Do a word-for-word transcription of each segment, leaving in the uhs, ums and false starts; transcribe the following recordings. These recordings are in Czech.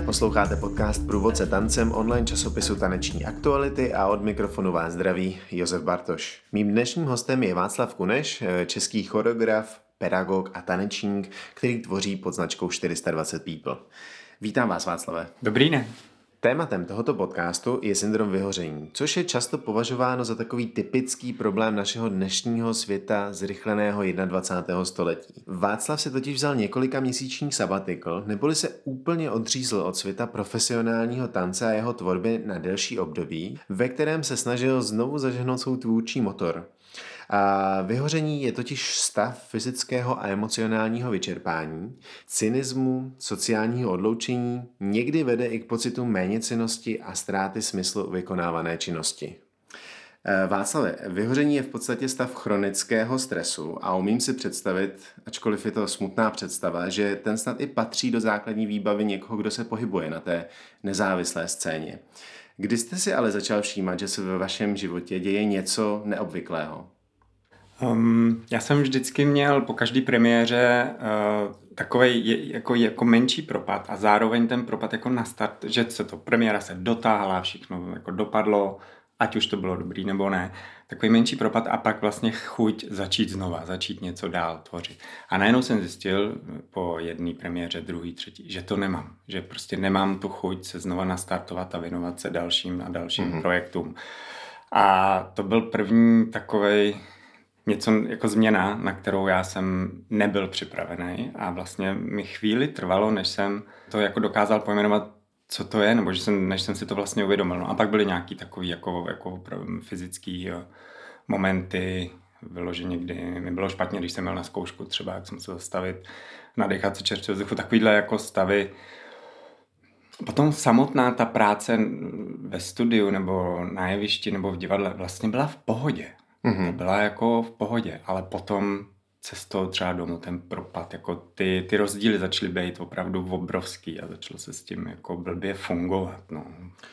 Posloucháte podcast Průvodce tancem online časopisu Taneční aktuality a od mikrofonu vás zdraví Josef Bartoš. Mým dnešním hostem je Václav Kuneš, český choreograf, pedagog a tanečník, který tvoří pod značkou čtyři sta dvacet People. Vítám vás, Václave. Dobrý den. Tématem tohoto podcastu je syndrom vyhoření, což je často považováno za takový typický problém našeho dnešního světa zrychleného dvacátého prvního století. Václav si totiž vzal několika měsíční sabatikl, neboli se úplně odřízl od světa profesionálního tance a jeho tvorby na delší období, ve kterém se snažil znovu zažehnout svůj tvůrčí motor. A vyhoření je totiž stav fyzického a emocionálního vyčerpání, cynismu, sociálního odloučení, někdy vede i k pocitu méněcennosti a ztráty smyslu vykonávané činnosti. Václave, vyhoření je v podstatě stav chronického stresu a umím si představit, ačkoliv je to smutná představa, že ten snad i patří do základní výbavy někoho, kdo se pohybuje na té nezávislé scéně. Kdy jste si ale začal všímat, že se ve vašem životě děje něco neobvyklého? Um, já jsem vždycky měl po každé premiéře uh, takový jako, jako menší propad a zároveň ten propad jako na start, že se to premiéra se dotáhla, všechno jako dopadlo, ať už to bylo dobrý nebo ne. Takový menší propad a pak vlastně chuť začít znova, začít něco dál tvořit. A najednou jsem zjistil po jedné premiéře, druhý, třetí, že to nemám. Že prostě nemám tu chuť se znova nastartovat a věnovat se dalším a dalším mm-hmm. projektům. A to byl první takovej něco jako změna, na kterou já jsem nebyl připravený a vlastně mi chvíli trvalo, než jsem to jako dokázal pojmenovat, co to je, nebo že jsem, než jsem si to vlastně uvědomil. No a pak byly nějaký takový jako, jako fyzický jo, momenty, vyloženě, kdy mi bylo špatně, když jsem měl na zkoušku třeba, jak jsem musel zastavit, nadechat se čerstvého vzduchu, takovýhle jako stavy. Potom samotná ta práce ve studiu nebo na jevišti nebo v divadle vlastně byla v pohodě. Mm-hmm. To byla jako v pohodě, ale potom cestou třeba domů ten propad, jako ty, ty rozdíly začaly být opravdu obrovský a začalo se s tím jako blbě fungovat. No.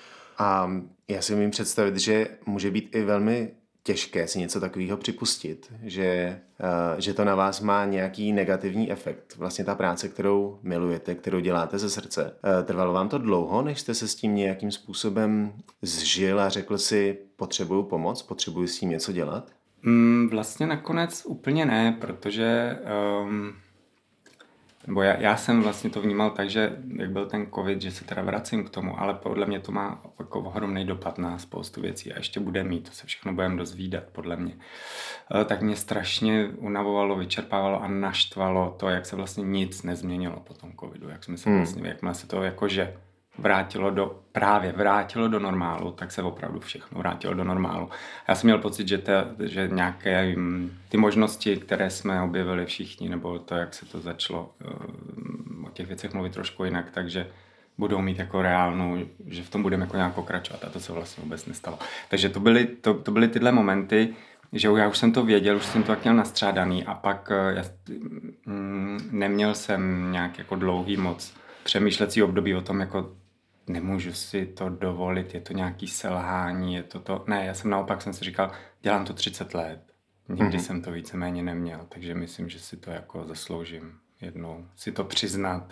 A já si umím představit, že může být i velmi těžké si něco takového připustit, že, uh, že to na vás má nějaký negativní efekt. Vlastně ta práce, kterou milujete, kterou děláte ze srdce. Uh, trvalo vám to dlouho, než jste se s tím nějakým způsobem zžil a řekl si, potřebuju pomoc, potřebuju s tím něco dělat? Mm, vlastně nakonec úplně ne, protože um, nebo já, já jsem vlastně to vnímal tak, že jak byl ten covid, že se teda vracím k tomu, ale podle mě to má jako ohromný dopad na spoustu věcí a ještě bude mít, to se všechno budeme dozvídat podle mě. E, tak mě strašně unavovalo, vyčerpávalo a naštvalo to, jak se vlastně nic nezměnilo po tom covidu, jak jsme se hmm. vlastně, jakmile se to jakože vrátilo do, právě vrátilo do normálu, tak se opravdu všechno vrátilo do normálu. Já jsem měl pocit, že, te, že nějaké ty možnosti, které jsme objevili všichni, nebo to, jak se to začalo o těch věcech mluvit trošku jinak, takže budou mít jako reálnou, že v tom budeme jako nějak pokračovat a to se vlastně vůbec nestalo. Takže to byly, to, to byly tyhle momenty, že já už jsem to věděl, už jsem to tak měl nastřádaný a pak já, mm, neměl jsem nějak jako dlouhý moc přemýšlecí období o tom, jako nemůžu si to dovolit, je to nějaký selhání, je to to... Ne, já jsem naopak jsem si říkal, dělám to třicet let, nikdy mm-hmm. jsem to víceméně neměl, takže myslím, že si to jako zasloužím jednou, si to přiznat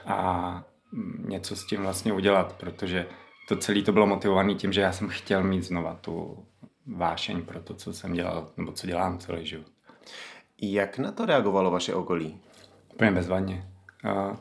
a něco s tím vlastně udělat, protože to celé to bylo motivované tím, že já jsem chtěl mít znova tu vášeň pro to, co jsem dělal, nebo co dělám celý život. Jak na to reagovalo vaše okolí? Úplně bezvadně. Uh,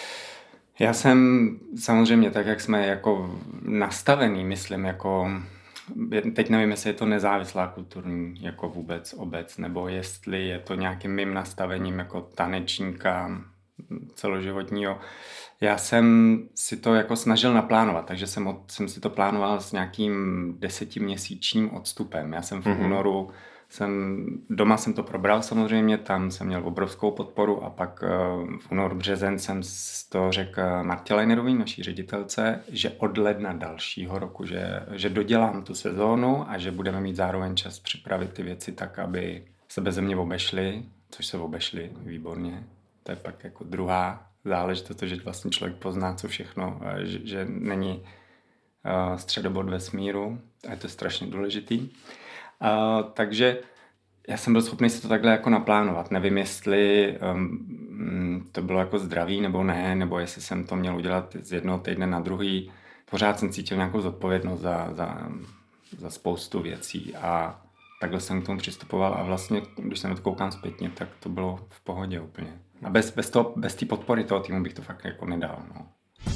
Já jsem samozřejmě tak, jak jsme jako nastavený, myslím, jako teď nevím, jestli je to nezávislá kulturní jako vůbec obec, nebo jestli je to nějakým mým nastavením jako tanečníka celoživotního. Já jsem si to jako snažil naplánovat, takže jsem, od, jsem si to plánoval s nějakým desetiměsíčním odstupem. Já jsem v mm-hmm. únoru Jsem, doma jsem to probral samozřejmě, tam jsem měl obrovskou podporu a pak v únoru březen jsem to řekl Martě Leinerový, naší ředitelce, že od ledna dalšího roku, že, že dodělám tu sezónu a že budeme mít zároveň čas připravit ty věci tak, aby se beze mě obešly, což se obešly výborně. To je pak jako druhá záležitost, že vlastně člověk pozná, co všechno, že, že není středobod vesmíru a je to strašně důležitý. Uh, takže já jsem byl schopný si to takhle jako naplánovat. Nevím, jestli um, to bylo jako zdravý nebo ne, nebo jestli jsem to měl udělat z jednoho týdne na druhý. Pořád jsem cítil nějakou zodpovědnost za, za, za spoustu věcí a takhle jsem k tomu přistupoval a vlastně, když se na to koukám zpětně, tak to bylo v pohodě úplně. A bez, bez, toho, bez té podpory toho týmu bych to fakt jako nedal. No.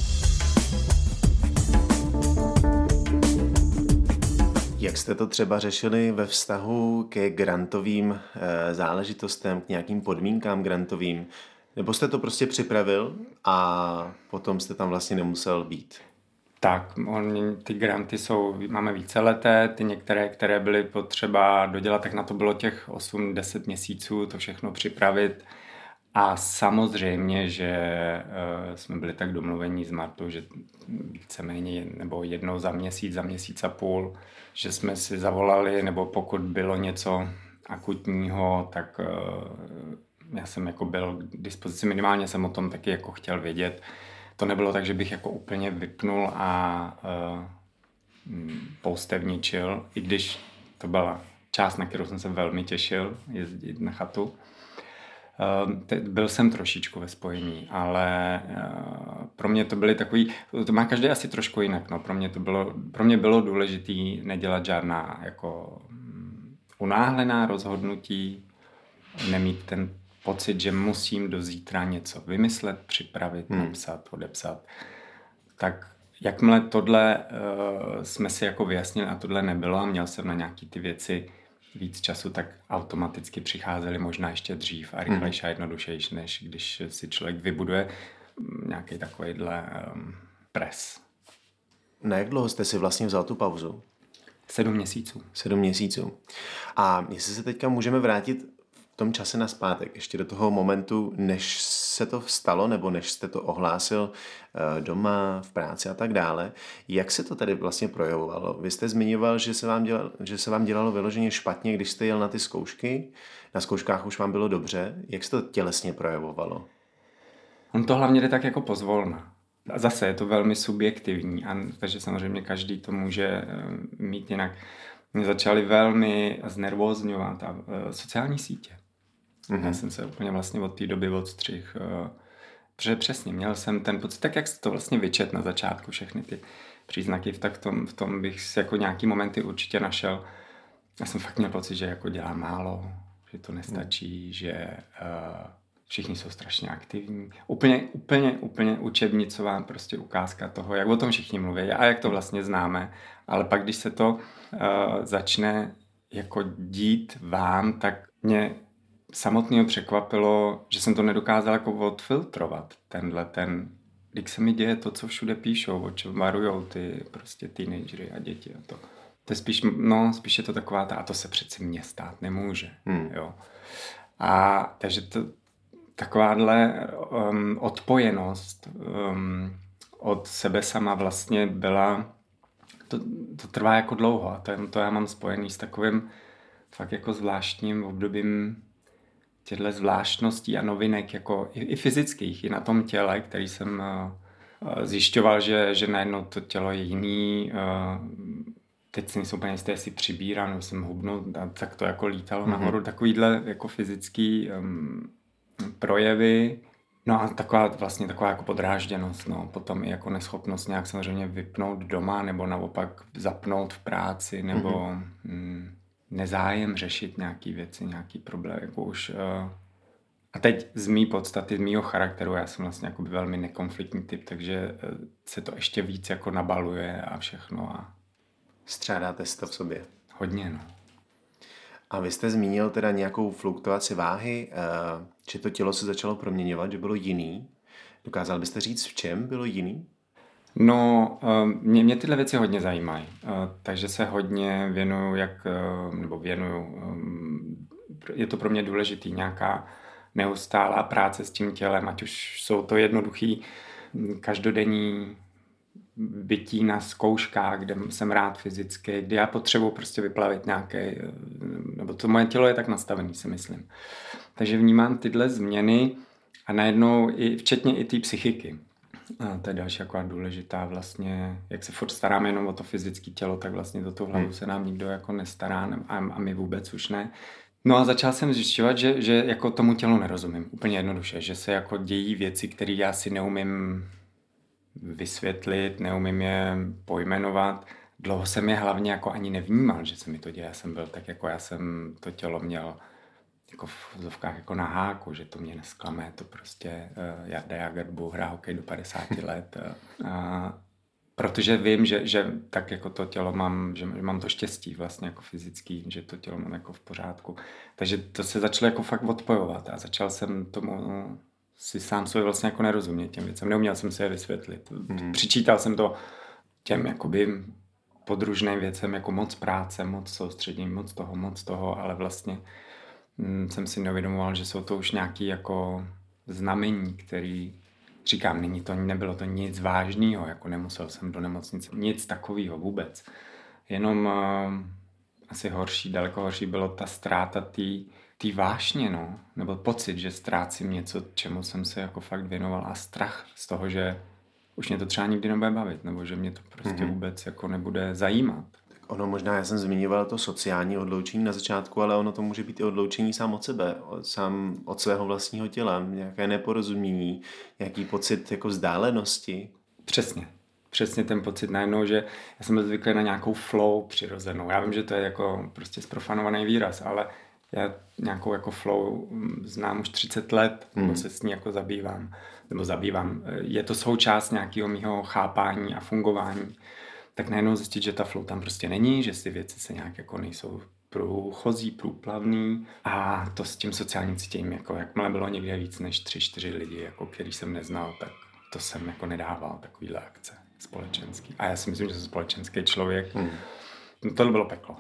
Jak jste to třeba řešili ve vztahu ke grantovým e, záležitostem, k nějakým podmínkám grantovým? Nebo jste to prostě připravil a potom jste tam vlastně nemusel být? Tak, on, ty granty jsou, máme víceleté, ty některé, které byly potřeba dodělat, tak na to bylo těch osm deset měsíců to všechno připravit. A samozřejmě, že uh, jsme byli tak domluvení s Martou, že víceméně nebo jednou za měsíc, za měsíc a půl, že jsme si zavolali, nebo pokud bylo něco akutního, tak uh, já jsem jako byl k dispozici, minimálně jsem o tom taky jako chtěl vědět. To nebylo tak, že bych jako úplně vypnul a uh, poustevničil, i když to byla část, na kterou jsem se velmi těšil, jezdit na chatu. Uh, byl jsem trošičku ve spojení, ale uh, pro mě to byly takový, to má každý asi trošku jinak, no. Pro mě to bylo, pro mě bylo důležitý nedělat žádná jako um, unáhlená rozhodnutí, nemít ten pocit, že musím do zítra něco vymyslet, připravit, hmm. napsat, odepsat. Tak jakmile tohle uh, jsme si jako vyjasnili a tohle nebylo a měl jsem na nějaký ty věci víc času, tak automaticky přicházely možná ještě dřív a rychlejší a jednodušejší, než když si člověk vybuduje nějaký takovýhle um, pres. Na jak dlouho jste si vlastně vzal tu pauzu? Sedm měsíců. Sedm měsíců. A jestli se teďka můžeme vrátit v tom čase nazpátek, ještě do toho momentu, než se to stalo, nebo než jste to ohlásil doma, v práci a tak dále, jak se to tady vlastně projevovalo? Vy jste zmiňoval, že se vám dělalo, že se vám dělalo vyloženě špatně, když jste jel na ty zkoušky. Na zkouškách už vám bylo dobře. Jak se to tělesně projevovalo? On to hlavně jde tak jako pozvolna. A zase je to velmi subjektivní, a takže samozřejmě každý to může mít jinak. Mě začaly velmi znervózňovat a sociální sítě. Mm-hmm. Já jsem se úplně vlastně od té doby odstřih. Protože přesně, měl jsem ten pocit, tak jak jsi to vlastně vyčet na začátku, všechny ty příznaky, tak v tom, v tom bych si jako nějaký momenty určitě našel. Já jsem fakt měl pocit, že jako dělám málo, že to nestačí, mm. že uh, všichni jsou strašně aktivní. Úplně, úplně, úplně učebnicová prostě ukázka toho, jak o tom všichni mluví a jak to vlastně známe. Ale pak, když se to uh, začne jako dít vám, tak mě samotného překvapilo, že jsem to nedokázal jako odfiltrovat, tenhle ten, když se mi děje to, co všude píšou, o čem varujou ty prostě teenagery a děti a to. To je spíš, no, spíš je to taková ta, a to se přeci mně stát nemůže, hmm. jo. A takže to, takováhle um, odpojenost um, od sebe sama vlastně byla, to, to trvá jako dlouho a to, to já mám spojený s takovým fakt jako zvláštním obdobím těchto zvláštností a novinek, jako i, i fyzických, i na tom těle, který jsem uh, zjišťoval, že, že najednou to tělo je jiný. Uh, teď si nejsem úplně jistý, jestli přibírám, nebo jsem hubnul, a tak to jako lítalo mm-hmm. nahoru. Takovýhle jako fyzický um, projevy. No a taková vlastně taková jako podrážděnost, no. Potom i jako neschopnost nějak samozřejmě vypnout doma, nebo naopak zapnout v práci, nebo mm-hmm. mm, nezájem řešit nějaký věci, nějaký problém, jako už. Uh, a teď z mý podstaty, z mýho charakteru, já jsem vlastně jako velmi nekonfliktní typ, takže uh, se to ještě víc jako nabaluje a všechno. A střádáte si to v sobě? Hodně, no. A vy jste zmínil teda nějakou fluktuaci váhy, uh, že to tělo se začalo proměňovat, že bylo jiný. Dokázal byste říct, v čem bylo jiný? No, mě, mě tyhle věci hodně zajímají, takže se hodně věnuju, jak, nebo věnuju, je to pro mě důležitý, nějaká neustálá práce s tím tělem, ať už jsou to jednoduchý každodenní bytí na zkouškách, kde jsem rád fyzicky, kdy já potřebuji prostě vyplavit nějaké, nebo to moje tělo je tak nastavený, si myslím. Takže vnímám tyhle změny a najednou, i, včetně i té psychiky. A to je další jako důležitá vlastně, jak se furt staráme jenom o to fyzické tělo, tak vlastně do toho hlavu se nám nikdo jako nestará a, a my vůbec už ne. No a začal jsem zjišťovat, že, že jako tomu tělu nerozumím. Úplně jednoduše, že se jako dějí věci, které já si neumím vysvětlit, neumím je pojmenovat. Dlouho jsem je hlavně jako ani nevnímal, že se mi to děje. Já jsem byl tak jako, já jsem to tělo měl jako v vozovkách jako na háku, že to mě nesklame, to prostě uh, Jarda Jagerbu hrá hokej do padesáti let. Uh, protože vím, že, že tak jako to tělo mám, že, že mám to štěstí vlastně jako fyzický, že to tělo mám jako v pořádku. Takže to se začalo jako fakt odpojovat a začal jsem tomu si sám sobě vlastně jako nerozumět těm věcem. Neuměl jsem se je vysvětlit. Mm. Přičítal jsem to těm jakoby podružným věcem jako moc práce, moc soustředění, moc toho, moc toho, ale vlastně mm, jsem si neuvědomoval, že jsou to už nějaký jako znamení, který říkám, není to, nebylo to nic vážného, jako nemusel jsem do nemocnice, nic takového vůbec. Jenom uh, asi horší, daleko horší bylo ta ztráta té vášně, no, nebo pocit, že ztrácím něco, čemu jsem se jako fakt věnoval a strach z toho, že už mě to třeba nikdy nebude bavit, nebo že mě to prostě mm-hmm. vůbec jako nebude zajímat. Ono možná, já jsem zmiňoval to sociální odloučení na začátku, ale ono to může být i odloučení sám od sebe, sám od svého vlastního těla, nějaké neporozumění, nějaký pocit jako vzdálenosti. Přesně. Přesně ten pocit najednou, že já jsem byl zvyklý na nějakou flow přirozenou. Já vím, že to je jako prostě zprofanovaný výraz, ale já nějakou jako flow znám už třicet let, nebo se s ní jako zabývám, nebo zabývám. Je to součást nějakého mýho chápání a fungování. Tak najednou zjistit, že ta flow tam prostě není, že ty věci se nějak jako nejsou průchozí, průplavný a to s tím sociálním cítěním, jako jakmile bylo někde víc než tři, čtyři lidi, jako který jsem neznal, tak to jsem jako nedával, takovýhle akce společenský. A já si myslím, že jsem společenský člověk. Hmm. To bylo peklo.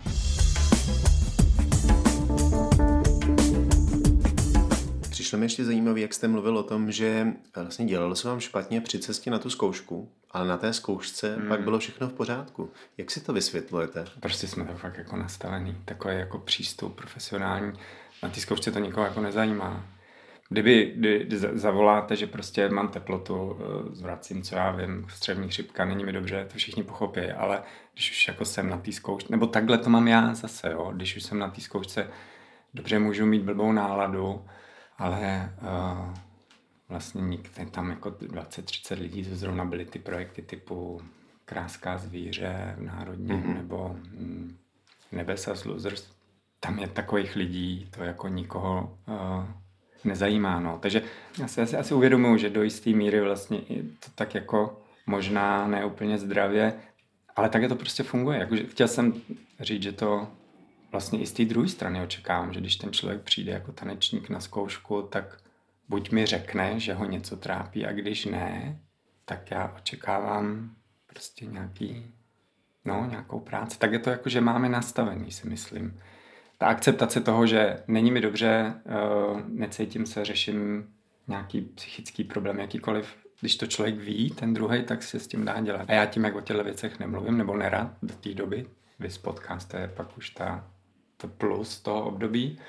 Přišlo mi ještě zajímavé, jak jste mluvil o tom, že vlastně dělalo se vám špatně při cestě na tu zkoušku, ale na té zkoušce hmm. pak bylo všechno v pořádku. Jak si to vysvětlujete? Prostě jsme to fakt jako nastavený. Takový jako přístup profesionální. Na té zkoušce to nikoho jako nezajímá. Kdyby kdy zavoláte, že prostě mám teplotu, zvracím, co já vím, střevní chřipka, není mi dobře, to všichni pochopí, ale když už jako jsem na té zkoušce, nebo takhle to mám já zase, jo, když už jsem na té zkoušce, dobře můžu mít blbou náladu, ale uh, vlastně nikde tam jako dvacet třicet lidí, to zrovna byly ty projekty typu Kráská zvíře v Národním, mm-hmm. nebo mm, Nebesa z Losers. Tam je takových lidí, to jako nikoho uh, nezajímá, no. Takže já si asi, asi uvědomuji, že do jisté míry vlastně to tak jako možná neúplně zdravě, ale tak to prostě funguje. Jako, chtěl jsem říct, že to vlastně i z té druhé strany očekávám, že když ten člověk přijde jako tanečník na zkoušku, tak buď mi řekne, že ho něco trápí, a když ne, tak já očekávám prostě nějaký, no, nějakou práci. Tak je to jako, že máme nastavený, si myslím. Ta akceptace toho, že není mi dobře, necítím se, řeším nějaký psychický problém, jakýkoliv. Když to člověk ví, ten druhej, tak se s tím dá dělat. A já tím, jak o těchto věcech nemluvím, nebo nerad do té doby, vys podcast, to je pak už ta, to plus toho období,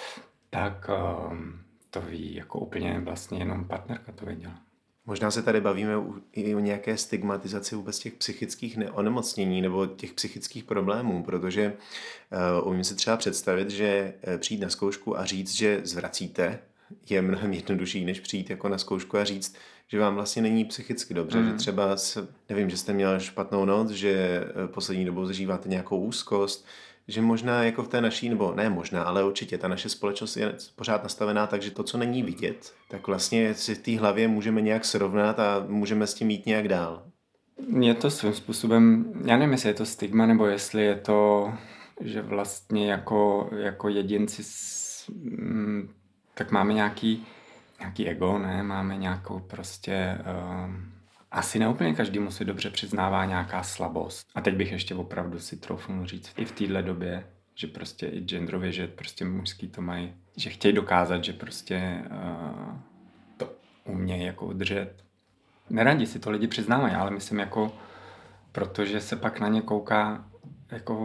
tak um, to ví jako úplně vlastně jenom partnerka to věděla. Možná se tady bavíme i o nějaké stigmatizaci vůbec těch psychických onemocnění nebo těch psychických problémů, protože uh, umím si třeba představit, že přijít na zkoušku a říct, že zvracíte, je mnohem jednodušší, než přijít jako na zkoušku a říct, že vám vlastně není psychicky dobře, mm. že třeba, nevím, že jste měl špatnou noc, že poslední dobou zažíváte nějakou úzkost, že možná jako v té naší, nebo ne možná, ale určitě ta naše společnost je pořád nastavená tak, že to, co není vidět, tak vlastně si v té hlavě můžeme nějak srovnat a můžeme s tím jít nějak dál. Je to svým způsobem, já nevím, jestli je to stigma, nebo jestli je to, že vlastně jako, jako jedinci s, m, tak máme nějaký, nějaký ego, ne? Máme nějakou prostě... Um, asi neúplně každému si dobře přiznává nějaká slabost. A teď bych ještě opravdu si troufnul říct i v téhle době, že prostě i genderově, že prostě mužský to mají, že chtějí dokázat, že prostě uh, to umějí jako udržet. Neradi si to lidi přiznávají, ale myslím jako, protože se pak na ně kouká jako,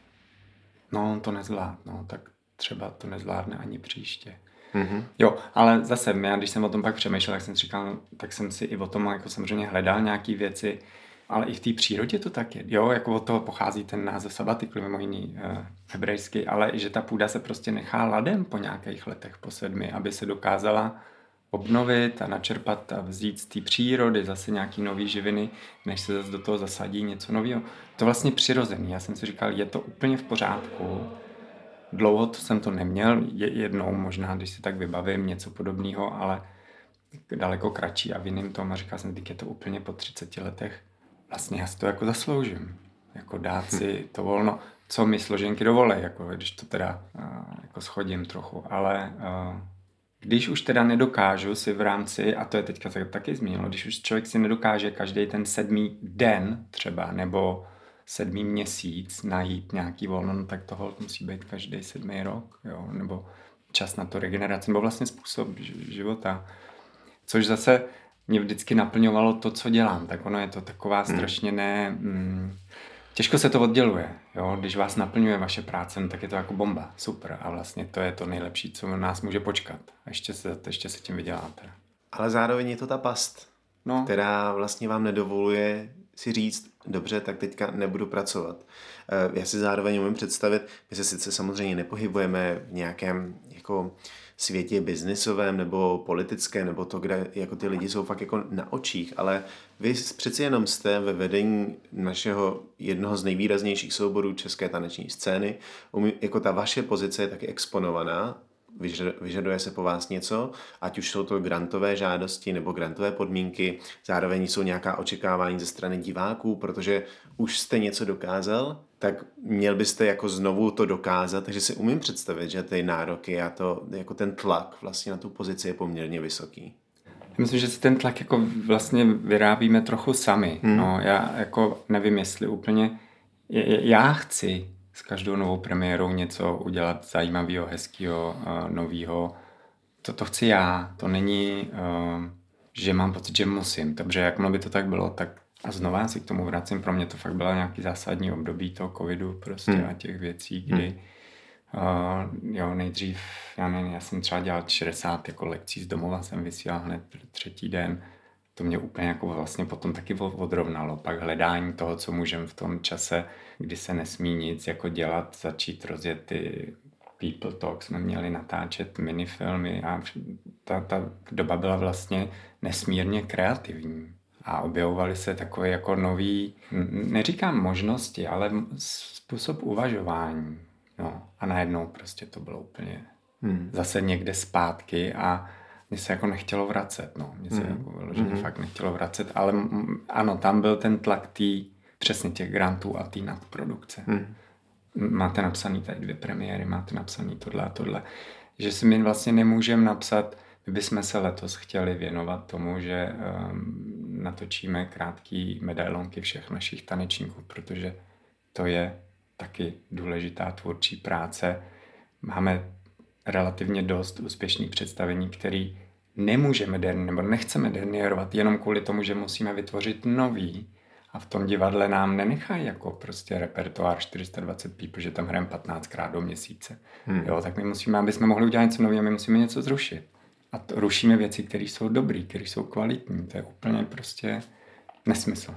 no on to nezvládne, no, tak třeba to nezvládne ani příště. Mm-hmm. Jo, ale zase, já když jsem o tom pak přemýšlel, tak jsem říkal, tak jsem si i o tom jako samozřejmě hledal nějaký věci, Ale i v té přírodě to tak je. Jo, jako od toho pochází ten název sabatikl, mimo jiný uh, hebrejský, ale že ta půda se prostě nechá ladem po nějakých letech, po sedmi, aby se dokázala obnovit a načerpat a vzít z té přírody zase nějaký nový živiny, než se zase do toho zasadí něco nového. To vlastně přirozený. Já jsem si říkal, je to úplně v pořádku. Dlouho to jsem to neměl, je jednou možná, když si tak vybavím něco podobného, ale daleko kratší a v jiným tom a říkal jsem, teď je to úplně po třiceti letech. Vlastně já si to jako zasloužím. Jako dát si to volno, co mi složenky dovolej, jako když to teda uh, jako schodím trochu, ale uh, když už teda nedokážu si v rámci, a to je teďka taky zmínilo, když už člověk si nedokáže každý ten sedmý den třeba, nebo sedmý měsíc najít nějaký volno, no tak toho musí být každý sedmý rok, jo, nebo čas na to regeneraci, nebo vlastně způsob života. Což zase mě vždycky naplňovalo to, co dělám, tak ono je to taková strašně ne... Mm, těžko se to odděluje, jo, když vás naplňuje vaše práce, no tak je to jako bomba, super a vlastně to je to nejlepší, co nás může počkat a ještě se, ještě se tím vyděláte. Ale zároveň je to ta past, no. která vlastně vám nedovoluje si říct, dobře, tak teďka nebudu pracovat. Já si zároveň umím představit, my se sice samozřejmě nepohybujeme v nějakém jako světě biznisovém nebo politickém, nebo to, kde jako ty lidi jsou fakt jako na očích, ale vy přeci jenom jste ve vedení našeho jednoho z nejvýraznějších souborů české taneční scény. Jako ta vaše pozice je taky exponovaná, vyžaduje se po vás něco, ať už jsou to grantové žádosti nebo grantové podmínky, zároveň jsou nějaká očekávání ze strany diváků, protože už jste něco dokázal, tak měl byste jako znovu to dokázat, takže si umím představit, že ty nároky a to, jako ten tlak vlastně na tu pozici je poměrně vysoký. Myslím, že si ten tlak jako vlastně vyrábíme trochu sami. Hmm. No, já jako nevím, jestli úplně... Já chci s každou novou premiérou něco udělat zajímavého, hezkého, uh, nového. To, to chci já. To není, uh, že mám pocit, že musím. Takže jakmile by to tak bylo, tak a znova já si k tomu vracím. Pro mě to fakt byla nějaký zásadní období toho covidu prostě hmm. a těch věcí, kdy uh, jo, nejdřív, já nevím, já jsem třeba dělal šedesát jako lekcí z domova, jsem vysílal hned třetí den. To mě úplně jako vlastně potom taky odrovnalo. Pak hledání toho, co můžeme v tom čase, kdy se nesmí nic jako dělat, začít rozjet ty People Talk, jsme měli natáčet minifilmy a ta, ta doba byla vlastně nesmírně kreativní. A objevovaly se takové jako nový, neříkám možnosti, ale způsob uvažování. No, a najednou prostě to bylo úplně hmm. zase někde zpátky a mně se jako nechtělo vracet, no. Mně se mm. jako vyloženě mm. fakt nechtělo vracet, ale m- ano, tam byl ten tlak tý, přesně těch grantů a té nadprodukce. Mm. Máte napsaný tady dvě premiéry, máte napsaný tohle a tohle. Že si my vlastně nemůžeme napsat, my bychom se letos chtěli věnovat tomu, že um, natočíme krátký medailonky všech našich tanečníků, protože to je taky důležitá tvůrčí práce. Máme relativně dost úspěšný představení, který nemůžeme derni, nebo nechceme derniérovat jenom kvůli tomu, že musíme vytvořit nový a v tom divadle nám nenechají jako prostě repertoár čtyři sta dvacet pí, protože tam hrajeme patnáctkrát do měsíce. Hmm. Jo, tak my musíme, aby jsme mohli udělat něco nového, my musíme něco zrušit. A to, rušíme věci, které jsou dobré, které jsou kvalitní. To je úplně prostě nesmysl.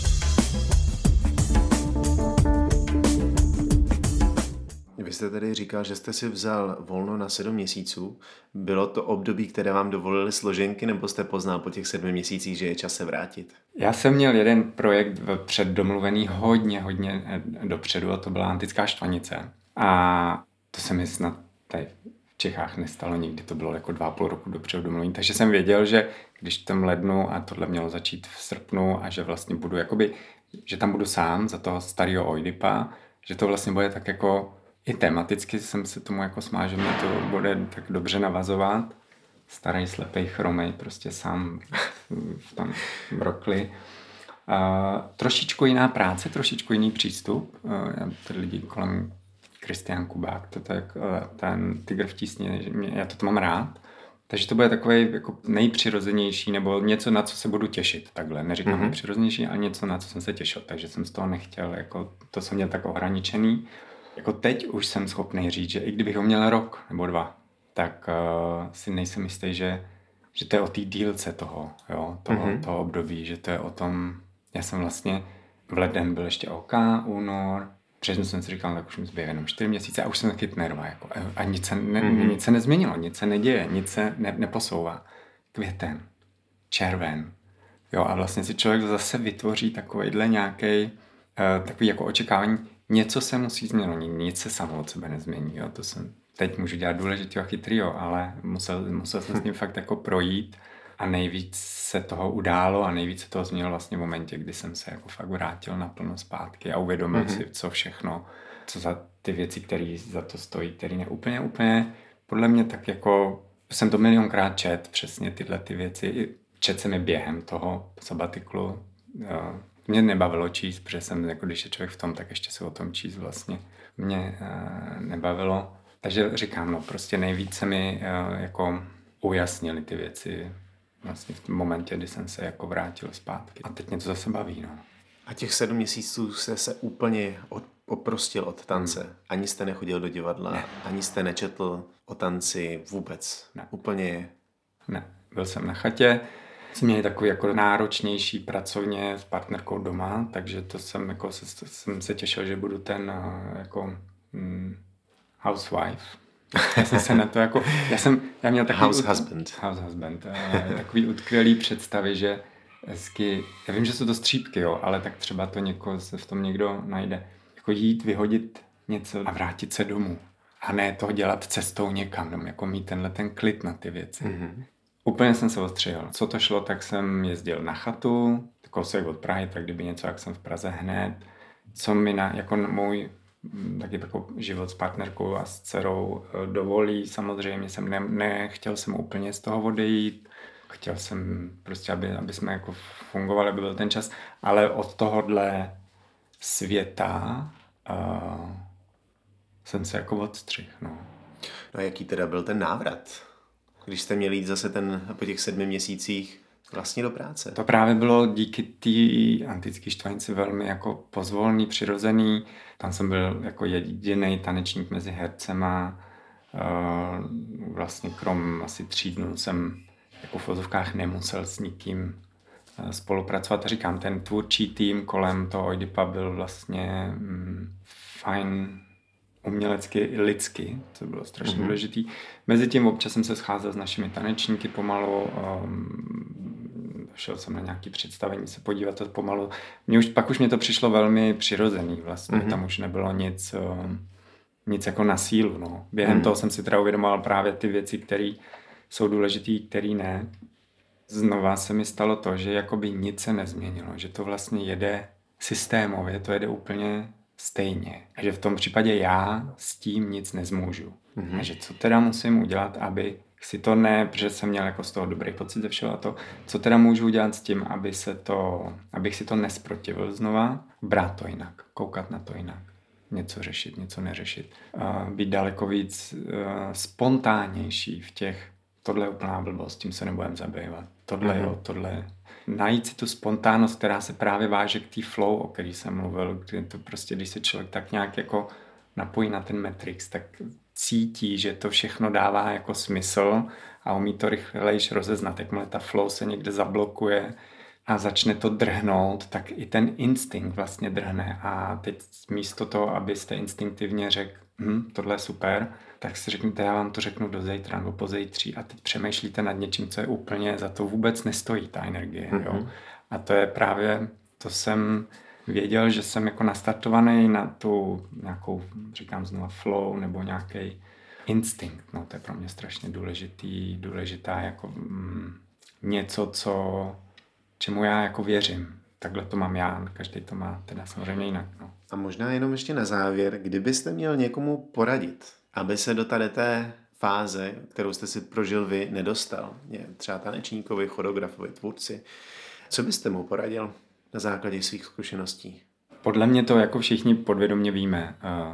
Vy jste tady říkal, že jste si vzal volno na sedm měsíců. Bylo to období, které vám dovolily složenky, nebo jste poznal po těch sedmi měsících, že je čas se vrátit? Já jsem měl jeden projekt předdomluvený hodně, hodně dopředu a to byla Antická štvanice. A to se mi snad tady v Čechách nestalo nikdy, to bylo jako dva a půl roku dopředu domluvený. Takže jsem věděl, že když v tom lednu a tohle mělo začít v srpnu a že vlastně budu jakoby, že tam budu sám za toho starého Oidipa, že to vlastně bude tak jako i tematicky jsem se tomu jako smál, že mě to bude tak dobře navazovat. Starý, slepej, chromej, prostě sám v tam brokli. Uh, trošičku jiná práce, trošičku jiný přístup. Uh, tady lidi kolem Kristián Kubák, to tak, uh, ten Tygr v tísni, já to mám rád. Takže to bude takový jako nejpřirozenější, nebo něco, na co se budu těšit. Takhle, neříkám mm-hmm. nejpřirozenější, ale něco, na co jsem se těšil. Takže jsem z toho nechtěl, jako, to jsem měl tak ohraničený. Jako teď už jsem schopný říct, že i kdybych ho měl rok nebo dva, tak uh, si nejsem jistý, že, že to je o té dílce toho, jo, toho, mm-hmm. toho období, že to je o tom, Já jsem vlastně v leden byl ještě OK, únor, březnu jsem si říkal, tak už mi zbývá jenom čtyři měsíce a už jsem taky nerva. Jako, a nic se, ne, mm-hmm. nic se nezměnilo, nic se neděje, nic se ne, neposouvá. Květen, červen. Jo, a vlastně si člověk zase vytvoří takovýhle nějaký uh, takový jako očekávání, něco se musí změnit, nic se samo od sebe nezmění. Jo. To jsem, teď můžu dělat důležitý a chytrý, jo, ale musel, musel jsem s tím fakt jako projít a nejvíc se toho událo a nejvíc se toho změnilo vlastně v momentě, kdy jsem se jako fakt vrátil naplno zpátky a uvědomil mm-hmm. si, co všechno, co za ty věci, které za to stojí, které ne úplně, úplně, podle mě tak jako, jsem to milionkrát čet, přesně tyhle ty věci, čet se mi během toho sabatiklu. Jo. Mě nebavilo číst, protože jsem, jako když je člověk v tom, tak ještě se o tom číst vlastně mě uh, nebavilo. Takže říkám, no prostě nejvíce mi uh, jako ujasnili ty věci vlastně v tom momentě, kdy jsem se jako vrátil zpátky. A teď mě to zase baví, no. A těch sedm měsíců jste se úplně od, oprostil od tance. Hmm. Ani jste nechodil do divadla, ne. Ani jste nečetl o tanci vůbec. Ne. Úplně. Ne. Byl jsem na chatě, jsme měli takový jako náročnější pracovně s partnerkou doma, takže to jsem, jako, se, jsem se těšil, že budu ten jako mm, housewife. Já jsem se na to jako, já jsem, já měl takový house ut, husband. House husband. Takový utkvělý představy, že hezky, já vím, že jsou to střípky, jo, ale tak třeba to někoho se v tom někdo najde. Jako jít, vyhodit něco a vrátit se domů. A ne to dělat cestou někam, jako mít tenhle ten klid na ty věci. Mm-hmm. Úplně jsem se ostřihl. Co to šlo, tak jsem jezdil na chatu, kousek od Prahy, tak kdyby něco, jak jsem v Praze hned. Co mi na, jako můj taky takový život s partnerkou a s dcerou dovolí. Samozřejmě jsem ne, nechtěl jsem úplně z toho odejít. Chtěl jsem prostě, aby, aby jsme jako fungovali, aby byl ten čas. Ale od tohohle světa uh, jsem se jako odstřihl. No. No a jaký teda byl ten návrat? Když jste měli jít zase ten po těch sedmi měsících vlastně do práce. To právě bylo díky té antické štvanici velmi jako pozvolný, přirozený. Tam jsem byl jako jediný tanečník mezi hercema. Vlastně krom asi tří dnů jsem jako v vozovkách nemusel s nikým spolupracovat. A říkám, ten tvůrčí tým kolem toho Oidipa byl vlastně mm, fajn, umělecky i lidsky, to bylo strašně mm-hmm. důležitý. Mezitím občas jsem se scházel s našimi tanečníky pomalu, um, šel jsem na nějaké představení se podívat to pomalu. Mně už, pak už mě to přišlo velmi přirozený vlastně, mm-hmm. tam už nebylo nic, um, nic jako na sílu. No. Během mm-hmm. toho jsem si teda uvědomoval právě ty věci, které jsou důležitý, které ne. Znova se mi stalo to, že jakoby nic se nezměnilo, že to vlastně jede systémově, to jede úplně stejně. A že v tom případě já s tím nic nezmůžu. Mm-hmm. A že co teda musím udělat, aby si to ne, protože jsem měl jako z toho dobrý pocit ze všeho a to, co teda můžu udělat s tím, aby se to, abych si to nesprotivil znova, brát to jinak, koukat na to jinak, něco řešit, něco neřešit. Uh, být daleko víc uh, spontánnější v těch, tohle je úplná blbost, tím se nebudem zabývat. Tohle mm-hmm. jo, tohle najít si tu spontánnost, která se právě váže k té flow, o který jsem mluvil, kdy to prostě, když se člověk tak nějak jako napojí na ten Matrix, tak cítí, že to všechno dává jako smysl a umí to rychlejš rozeznat. Jakmile ta flow se někde zablokuje a začne to drhnout, tak i ten instinkt vlastně drhne a teď místo toho, abyste instinktivně řekl, hm, tohle je super, tak si řekněte, já vám to řeknu do zítra nebo pozítří a teď přemýšlíte nad něčím, co je úplně, za to vůbec nestojí ta energie. Mm-hmm. Jo? A to je právě, to jsem věděl, že jsem jako nastartovaný na tu nějakou, říkám znova, flow nebo nějaký instinkt. No, to je pro mě strašně důležitý, důležitá jako mm, něco, co, čemu já jako věřím. Takhle to mám já, každý to má teda samozřejmě jinak. No. A možná jenom ještě na závěr, kdybyste měl někomu poradit, aby se do tady té fáze, kterou jste si prožil vy, nedostal, třeba tanečníkovi, choreografovi, tvůrci, co byste mu poradil na základě svých zkušeností? Podle mě to jako všichni podvědomě víme.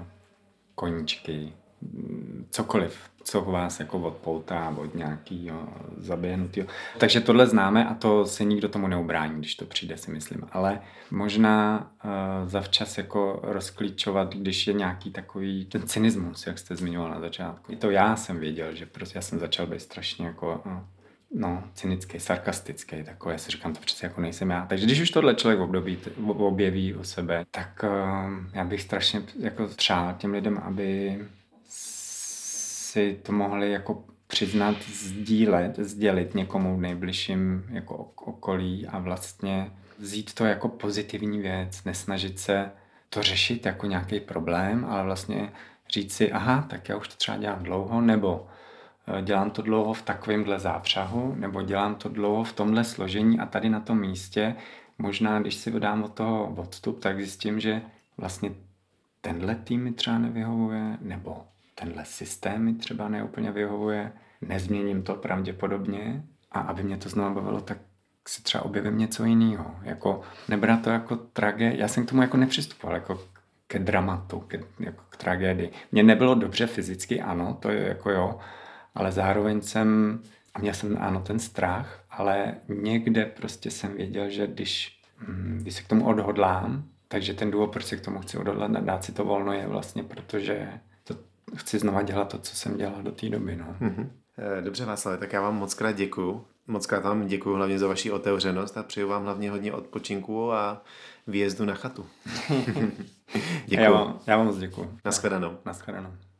Koníčky, cokoliv, co vás jako odpoutá od nějakého zaběhnutého. Takže tohle známe a to se nikdo tomu neubrání, když to přijde, si myslím. Ale možná uh, zavčas jako rozklíčovat, když je nějaký takový ten cynismus, jak jste zmiňoval na začátku. I to já jsem věděl, že prostě já jsem začal být strašně jako uh, no, cynický, sarkastický, takový, já si říkám, to přece jako nejsem já. Takže když už tohle člověk období, objeví u sebe, tak uh, já bych strašně jako přál těm lidem, aby si to mohli jako přiznat, sdílet, sdělit někomu v nejbližším jako okolí a vlastně vzít to jako pozitivní věc, nesnažit se to řešit jako nějaký problém, ale vlastně říct si, aha, tak já už to třeba dělám dlouho, nebo dělám to dlouho v takovémhle zápřahu, nebo dělám to dlouho v tomhle složení a tady na tom místě. Možná, když si dám od toho odstup, tak zjistím, že vlastně tenhle tým mi třeba nevyhovuje, nebo tenhle systém mi třeba neúplně vyhovuje, nezměním to pravděpodobně a aby mě to znovu bavilo, tak si třeba objevím něco jiného. Jako, nebrat to jako tragédie. Já jsem k tomu jako nepřistupoval jako ke dramatu, ke, jako k tragédii. Mně nebylo dobře fyzicky, ano, to je jako jo, ale zároveň jsem, a měl jsem ano ten strach, ale někde prostě jsem věděl, že když, když se k tomu odhodlám, takže ten důvod, proč se k tomu chci odhodlat a dát si to volno, je vlastně, protože to chci znova dělat to, co jsem dělal do té doby. No. Mm-hmm. Dobře, Václave, tak já vám moc krát děkuju. Moc krát vám děkuju hlavně za vaši otevřenost a přeju vám hlavně hodně odpočinku a výjezdu na chatu. Děkuju. Já vám, já vám moc děkuju. Naschledanou. Naschledanou.